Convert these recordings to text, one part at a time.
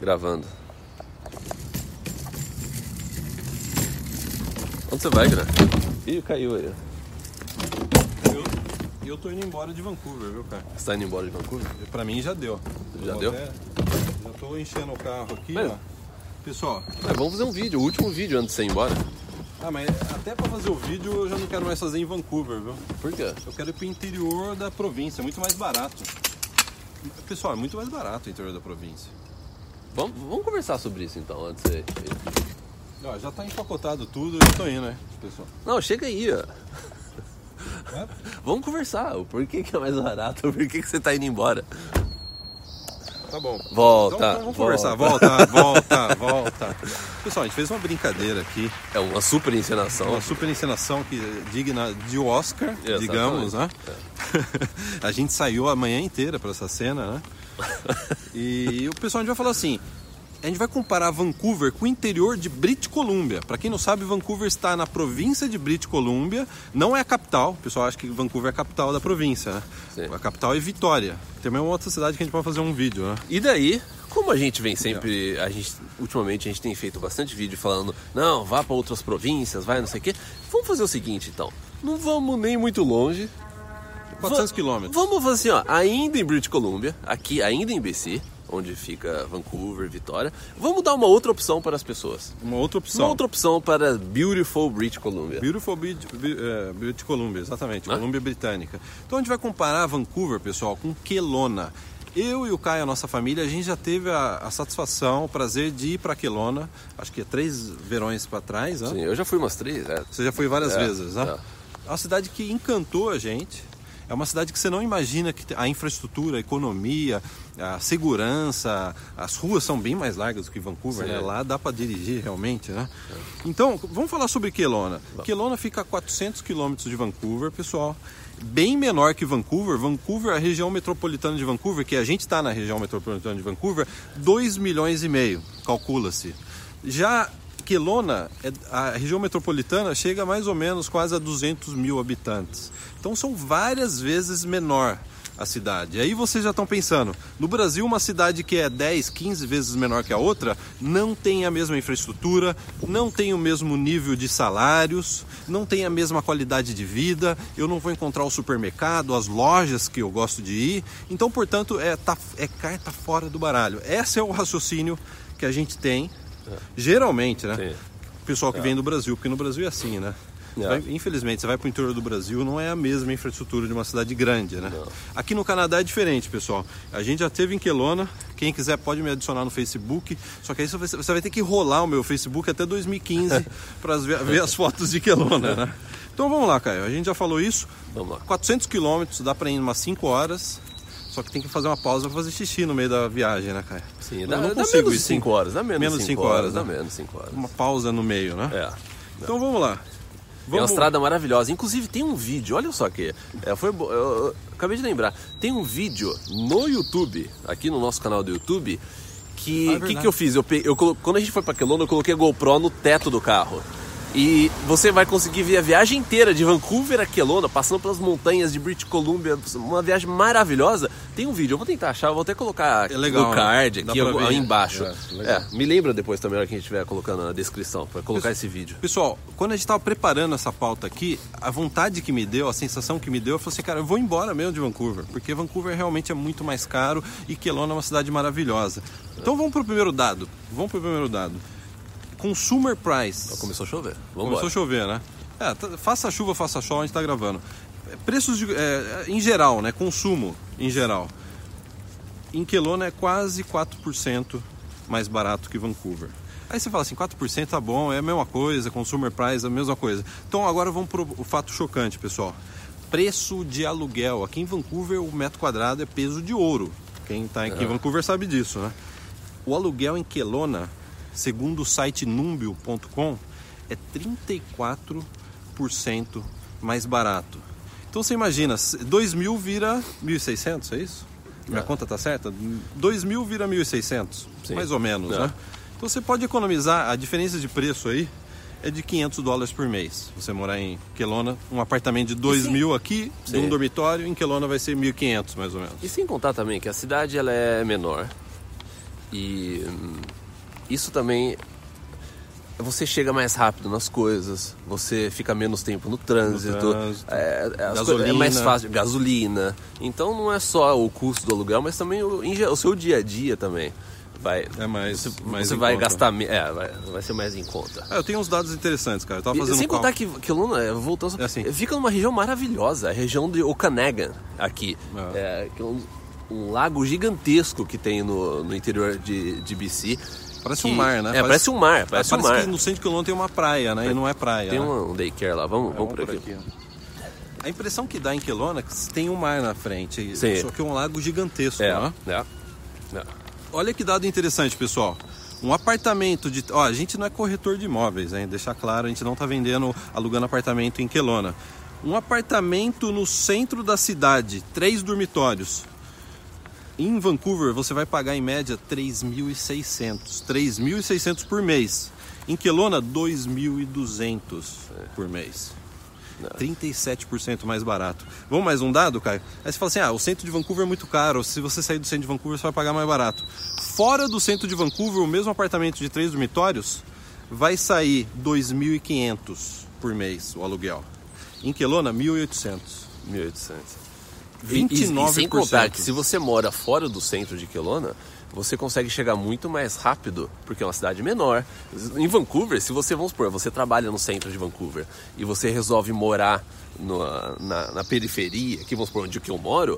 Gravando. Onde você vai, Guilherme? Ih, caiu aí. Eu tô indo embora de Vancouver, viu, cara? Você tá indo embora de Vancouver? Pra mim já deu. Já deu? Já tô enchendo o carro aqui, Mas- ó. Pessoal, Vamos fazer um vídeo, o último vídeo antes de você ir embora. mas até pra fazer o vídeo eu já não quero mais fazer em Vancouver, viu? Por quê? Eu quero ir pro interior da província, é muito mais barato. Pessoal, é muito mais barato o interior da província. Vamos conversar sobre isso então, antes de você ir. Ó, já tá empacotado tudo, eu tô indo, né, pessoal? Não, chega aí, ó. É? Vamos conversar. O porquê que é mais barato? Por que você tá indo embora? Tá bom. Volta, Então vamos volta. conversar. Volta. Pessoal, a gente fez uma brincadeira aqui. É uma super encenação. Uma super encenação que é digna de Oscar, Exatamente. digamos, né? A gente saiu a manhã inteira para essa cena, né? E o pessoal, a gente vai falar assim, a gente vai comparar Vancouver com o interior de British Columbia. Para quem não sabe, Vancouver está na província de British Columbia, não é a capital. O pessoal acha que Vancouver é a capital da província, né? Sim. A capital é Vitória. Também é uma outra cidade que a gente pode fazer um vídeo, né? E daí, como a gente vem sempre, ultimamente a gente tem feito bastante vídeo falando, não, vá para outras províncias, vai não sei o quê. Vamos fazer o seguinte então, não vamos nem muito longe. 400 quilômetros. Vamos fazer assim, ó, ainda em British Columbia, aqui ainda em BC, onde fica Vancouver, Vitória, vamos dar uma outra opção para as pessoas. Uma outra opção. Uma outra opção para Beautiful British Columbia. Beautiful British Columbia, exatamente, Colômbia Britânica. Então a gente vai comparar Vancouver, pessoal, com Kelowna. Eu e o Caio, a nossa família, a gente já teve a satisfação, o prazer de ir para Kelowna, acho que 3 verões para trás, né? Sim, eu já fui umas 3, Você já foi várias vezes, né? É. É uma cidade que encantou a gente. É uma cidade que você não imagina que a infraestrutura, a economia, a segurança, as ruas são bem mais largas do que Vancouver, né? Lá dá para dirigir realmente, né? Então, vamos falar sobre Kelowna. Kelowna fica a 400 quilômetros de Vancouver, pessoal. Bem menor que Vancouver. Vancouver, a região metropolitana de Vancouver, que a gente está na região metropolitana de Vancouver, 2,5 milhões, calcula-se. Já Kelowna, a região metropolitana, chega mais ou menos quase a 200 mil habitantes. Então são várias vezes menor a cidade. E aí vocês já estão pensando, no Brasil uma cidade que é 10, 15 vezes menor que a outra, não tem a mesma infraestrutura, não tem o mesmo nível de salários, não tem a mesma qualidade de vida, eu não vou encontrar o supermercado, as lojas que eu gosto de ir. Então, portanto, carta fora do baralho. Esse é o raciocínio que a gente tem. Geralmente, né? Sim. O pessoal que vem do Brasil, porque no Brasil é assim, né? Infelizmente, você vai para o interior do Brasil, não é a mesma infraestrutura de uma cidade grande, né? Não. Aqui no Canadá é diferente, pessoal. A gente já esteve em Kelowna, quem quiser pode me adicionar no Facebook, só que aí você vai ter que rolar o meu Facebook até 2015 para ver as fotos de Kelowna, né? Então vamos lá, Caio, a gente já falou isso. Vamos lá. 400 quilômetros, dá para ir em umas 5 horas. Só que tem que fazer uma pausa para fazer xixi no meio da viagem, né, Caio? Sim, Eu dá não menos consigo de ir 5 horas, dá menos de 5 horas, né? dá menos de 5 horas. Uma pausa no meio, né? É. Então vamos lá. É uma estrada maravilhosa. Inclusive tem um vídeo, olha só que eu acabei de lembrar. Tem um vídeo no YouTube, aqui no nosso canal do YouTube, que eu fiz? Quando a gente foi para Kelowna, eu coloquei a GoPro no teto do carro. E você vai conseguir ver a viagem inteira de Vancouver a Kelowna, passando pelas montanhas de British Columbia, uma viagem maravilhosa. Tem um vídeo, eu vou tentar achar, eu vou até colocar legal, no card né? aqui aí embaixo. Legal. Me lembra depois também, na hora que a gente estiver colocando na descrição, para colocar esse vídeo. Pessoal, quando a gente estava preparando essa pauta aqui, a vontade que me deu, a sensação que me deu, eu falei assim, cara, eu vou embora mesmo de Vancouver, porque Vancouver realmente é muito mais caro e Kelowna é uma cidade maravilhosa. Então vamos pro primeiro dado. Consumer Price. Começou a chover. Começou a chover, né? Faça chuva, faça sol, a gente tá gravando. Preços em geral, né? Consumo em geral. Em Kelowna é quase 4% mais barato que Vancouver. Aí você fala assim, 4% tá bom, é a mesma coisa, Consumer Price é a mesma coisa. Então agora vamos pro fato chocante, pessoal. Preço de aluguel. Aqui em Vancouver o metro quadrado é peso de ouro. Quem tá aqui em Vancouver sabe disso, né? O aluguel em Kelowna, segundo o site numbio.com, é 34% mais barato. Então você imagina, 2.000 vira 1.600, é isso? Minha conta tá certa? 2.000 vira 1.600, mais ou menos, né? Então você pode economizar, a diferença de preço aí é de $500 por mês. Você morar em Kelowna, um apartamento de 2.000 aqui, de um dormitório, em Kelowna vai ser 1.500 mais ou menos. E sem contar também que a cidade ela é menor. E isso também... Você chega mais rápido nas coisas, você fica menos tempo no trânsito, gasolina. É mais fácil, gasolina. Então não é só o custo do aluguel, mas também o seu dia a dia também. Você vai gastar, vai ser mais em conta. Eu tenho uns dados interessantes, cara. Eu tava fazendo sem contar que Kelowna, voltando, fica numa região maravilhosa, a região de Okanagan aqui, que é um lago gigantesco que tem no interior de BC. Parece um mar, né? Parece um mar. Parece que no centro de Kelowna tem uma praia, né? E não é praia. Tem um daycare lá, vamos por aqui. A impressão que dá em Kelowna é que tem um mar na frente. Sim. Só que é um lago gigantesco, né? É. Olha que dado interessante, pessoal. Um apartamento de... a gente não é corretor de imóveis, hein? Deixar claro, a gente não está alugando apartamento em Kelowna. Um apartamento no centro da cidade, 3 dormitórios. Em Vancouver, você vai pagar em média 3.600. 3.600 por mês. Em Kelowna, 2.200 por mês. 37% mais barato. Vamos mais um dado, Caio? Aí você fala assim, o centro de Vancouver é muito caro. Se você sair do centro de Vancouver, você vai pagar mais barato. Fora do centro de Vancouver, o mesmo apartamento de 3 dormitórios vai sair 2.500 por mês, o aluguel. Em Kelowna, 1.800. 1.800. 29%. E sem contar que se você mora fora do centro de Kelowna, você consegue chegar muito mais rápido, porque é uma cidade menor. Em Vancouver, se você, vamos supor, você trabalha no centro de Vancouver e você resolve morar na periferia, aqui vamos supor onde eu moro,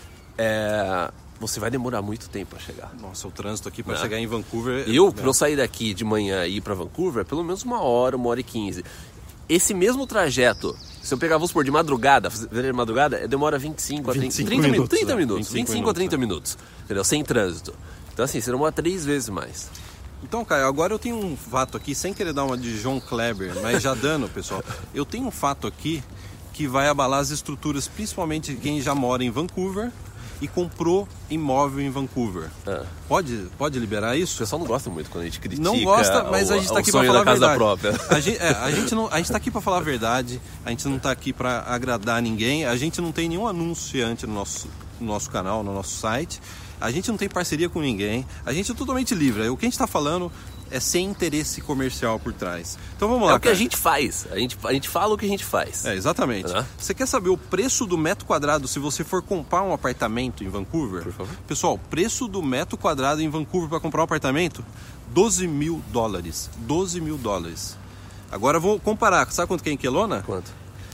você vai demorar muito tempo para chegar. Nossa, o trânsito aqui para chegar em Vancouver... Para eu sair daqui de manhã e ir para Vancouver, pelo menos 1 hora, 1h15. Esse mesmo trajeto, se eu pegar, vamos supor, de madrugada, demora 25 a 30 minutos. 25 a 30 minutos, entendeu? Sem trânsito. Então assim, você demora 3 vezes mais. Então, Caio, agora eu tenho um fato aqui, sem querer dar uma de João Kleber, mas já dando, pessoal. Eu tenho um fato aqui que vai abalar as estruturas, principalmente quem já mora em Vancouver e comprou imóvel em Vancouver. Pode liberar isso? O pessoal não gosta muito quando a gente critica. Não gosta, mas a gente está aqui para falar a verdade. Própria. A gente está aqui para falar a verdade, a gente não está aqui para agradar ninguém, a gente não tem nenhum anunciante no nosso canal, no nosso site, a gente não tem parceria com ninguém, a gente é totalmente livre. O que a gente está falando é sem interesse comercial por trás. Então vamos lá. É o que a gente faz. A gente fala o que a gente faz. Exatamente. Você quer saber o preço do metro quadrado se você for comprar um apartamento em Vancouver? Por favor. Pessoal, preço do metro quadrado em Vancouver para comprar um apartamento? $12.000. $12.000. Agora eu vou comparar. Sabe quanto que é em Kelowna? Quanto?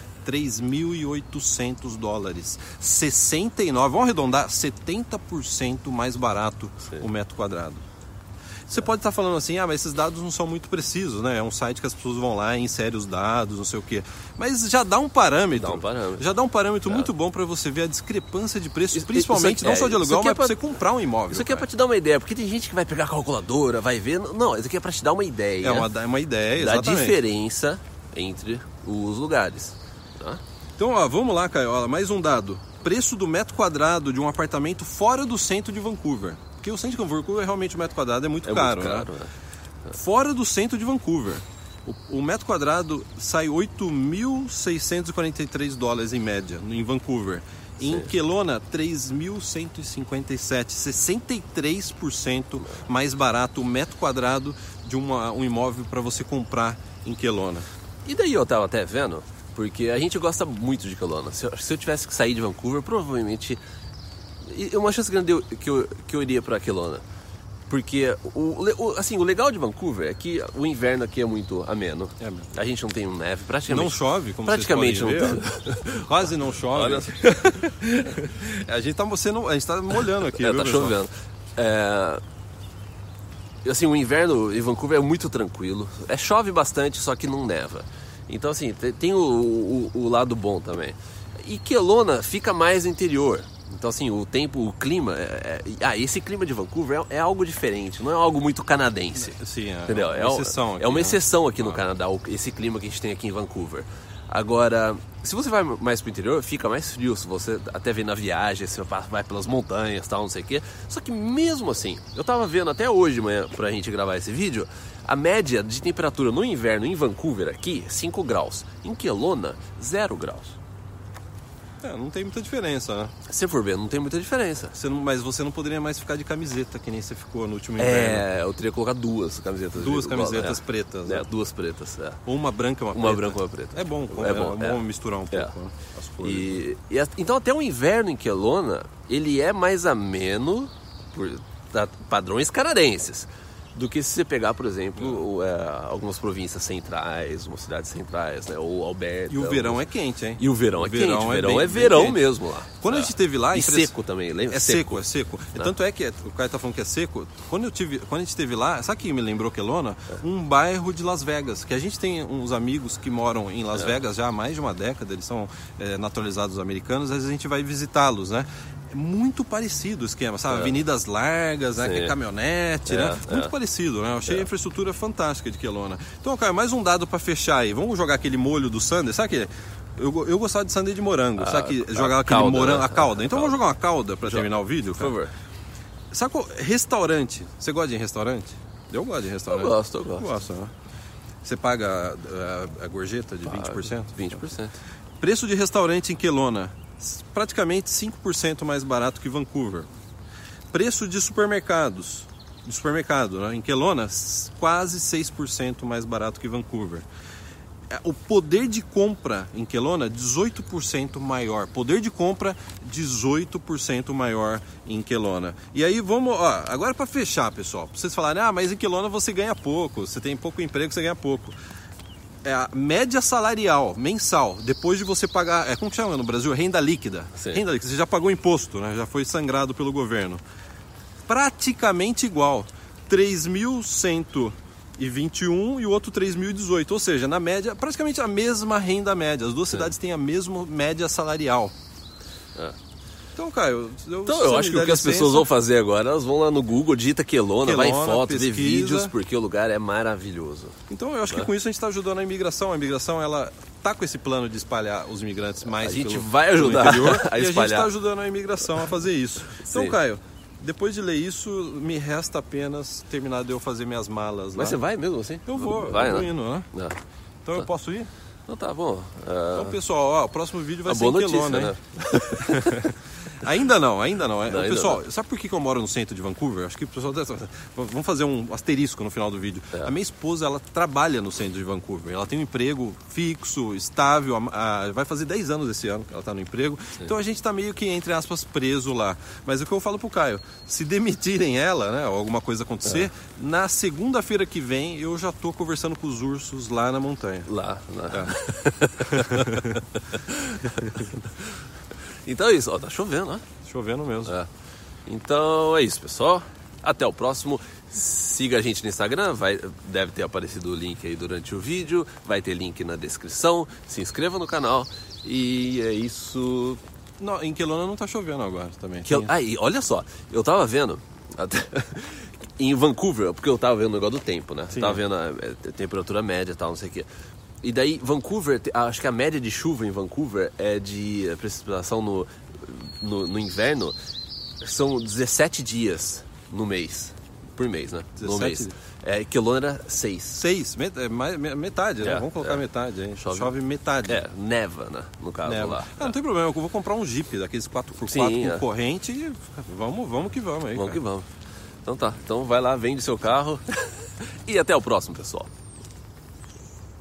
$3.800. 69, vamos arredondar, 70% mais barato. Sim. O metro quadrado. Você pode estar falando assim, mas esses dados não são muito precisos, né? É um site que as pessoas vão lá e inserem os dados, não sei o quê. Mas já dá um parâmetro. Já dá um parâmetro muito bom para você ver a discrepância de preços, principalmente não só de aluguel, mas para você comprar um imóvel. Isso aqui é para te dar uma ideia, porque tem gente que vai pegar a calculadora, vai ver... Não, isso aqui é para te dar uma ideia. É uma ideia, exatamente. Da diferença entre os lugares. Tá? Então, vamos lá, Caio. Mais um dado. Preço do metro quadrado de um apartamento fora do centro de Vancouver. Porque o centro de Vancouver, realmente, o metro quadrado é muito caro, né? Fora do centro de Vancouver, o metro quadrado sai $8.643 em média, em Vancouver. Sim. Em Kelowna, 3.157, 63% mais barato o metro quadrado de um imóvel para você comprar em Kelowna. E daí eu estava até vendo, porque a gente gosta muito de Kelowna. Se eu tivesse que sair de Vancouver, provavelmente... uma chance grande que eu iria para Kelowna. Porque o legal de Vancouver é que o inverno aqui é muito ameno. A gente não tem neve, praticamente. Não chove, como praticamente vocês podem ver. Quase não chove. A gente tá molhando aqui, viu, tá chovendo. Assim, o inverno em Vancouver é muito tranquilo. Chove bastante, só que não neva. Então, assim, tem o lado bom também. E Kelowna fica mais no interior. Então, assim, o clima... esse clima de Vancouver é algo diferente, não é algo muito canadense. Sim, entendeu? É uma exceção aqui, é uma exceção aqui no Canadá, esse clima que a gente tem aqui em Vancouver. Agora, se você vai mais pro interior, fica mais frio. Se você até vê na viagem, você vai pelas montanhas, tal, não sei o quê. Só que mesmo assim, eu tava vendo até hoje de manhã pra gente gravar esse vídeo, a média de temperatura no inverno em Vancouver aqui, 5 graus. Em Kelowna, 0 graus. Não tem muita diferença, né? Se for ver, não tem muita diferença. Mas você não poderia mais ficar de camiseta, que nem você ficou no último inverno. Eu teria que colocar duas camisetas. Duas camisetas pretas. Né? Duas pretas, Ou uma branca e uma preta. Uma branca e uma preta. É bom misturar um pouco, né? As cores. Então até o inverno em Kelowna, ele é mais ameno por padrões canadenses do que se você pegar, por exemplo, algumas províncias centrais, umas cidades centrais, né? Ou Alberta. E o verão é quente, hein? E o verão é quente. O verão é verão mesmo lá. Quando a gente esteve lá... E seco também, lembra? É seco. Tanto é que o Caio tá falando que é seco. Quando a gente esteve lá, sabe o que me lembrou Kelowna? Um bairro de Las Vegas. Que a gente tem uns amigos que moram em Las Vegas já há mais de uma década. Eles são naturalizados americanos. Às vezes a gente vai visitá-los, né? Muito parecido o esquema, sabe? Avenidas largas, né? Que é caminhonete, né? Muito parecido, né? Eu achei a infraestrutura fantástica de Kelowna. Então, Caio, mais um dado pra fechar aí. Vamos jogar aquele molho do sundae, sabe que eu gostava de sundae de morango, sabe que jogar aquele morango, a calda. Então vamos jogar uma calda pra terminar o vídeo, por favor. Sabe qual? Restaurante. Você gosta de restaurante? Eu gosto de restaurante. Eu gosto. Eu gosto, né? Você paga a gorjeta de 20%? 20%. Preço de restaurante em Kelowna, praticamente 5% mais barato que Vancouver. Preço de supermercado, né? Em Kelowna, quase 6% mais barato que Vancouver. O poder de compra em Kelowna, 18% maior. Poder de compra, 18% maior em Kelowna. E aí vamos, agora para fechar, pessoal. Pra vocês falarem, mas em Kelowna você ganha pouco, você tem pouco emprego, você ganha pouco. A média salarial mensal, depois de você pagar, como que chama no Brasil? Renda líquida. Sim. Renda líquida, você já pagou imposto, né? Já foi sangrado pelo governo. Praticamente igual. 3.121 e o outro 3.018. Ou seja, na média, praticamente a mesma renda média. As duas cidades têm a mesma média salarial. Então, Caio, eu acho que o que as pessoas vão fazer agora, elas vão lá no Google, digita Kelowna, vai em fotos, vê vídeos, porque o lugar é maravilhoso. Então eu acho que com isso a gente está ajudando a imigração. A imigração, ela tá com esse plano de espalhar os migrantes mais pelo interior. A gente vai ajudar a espalhar. E a gente está ajudando a imigração a fazer isso. Então, Sim. Caio, depois de ler isso, me resta apenas terminar de eu fazer minhas malas lá. Mas você vai mesmo assim? Eu vou, vai, eu vou né? indo, né? Então eu posso ir? Então tá bom. Então, pessoal, o próximo vídeo vai ser boa em Kelowna, notícia, né? Ainda não. Pessoal, não. sabe por que eu moro no centro de Vancouver? Acho que o pessoal... Vamos fazer um asterisco no final do vídeo. A minha esposa, ela trabalha no centro de Vancouver. Ela tem um emprego fixo, estável. Vai fazer 10 anos esse ano que ela está no emprego. Sim. Então a gente está meio que, entre aspas, preso lá. Mas o que eu falo pro Caio, se demitirem ela, né, ou alguma coisa acontecer, na segunda-feira que vem eu já tô conversando com os ursos lá na montanha. Lá. Então é isso, tá chovendo, né? Chovendo mesmo. Então é isso, pessoal. Até o próximo. Siga a gente no Instagram, deve ter aparecido o link aí durante o vídeo. Vai ter link na descrição. Se inscreva no canal. E é isso. Não, em Kelowna não tá chovendo agora também. Aí, olha só, eu tava vendo em Vancouver, porque eu tava vendo o negócio do tempo, né? Sim. Tava vendo a temperatura média e tal, não sei o quê. E daí, Vancouver, acho que a média de chuva em Vancouver é de precipitação no inverno, são 17 dias no mês, por mês, né? 17? No mês. Kelowna era 6. 6? Metade, né? Vamos colocar metade aí. Chove metade. Neva, né? No caso lá. Não tem problema, eu vou comprar um Jeep daqueles 4x4 com corrente e vamos que vamos aí. Vamos que vamos. Então tá, então vai lá, vende seu carro e até o próximo, pessoal.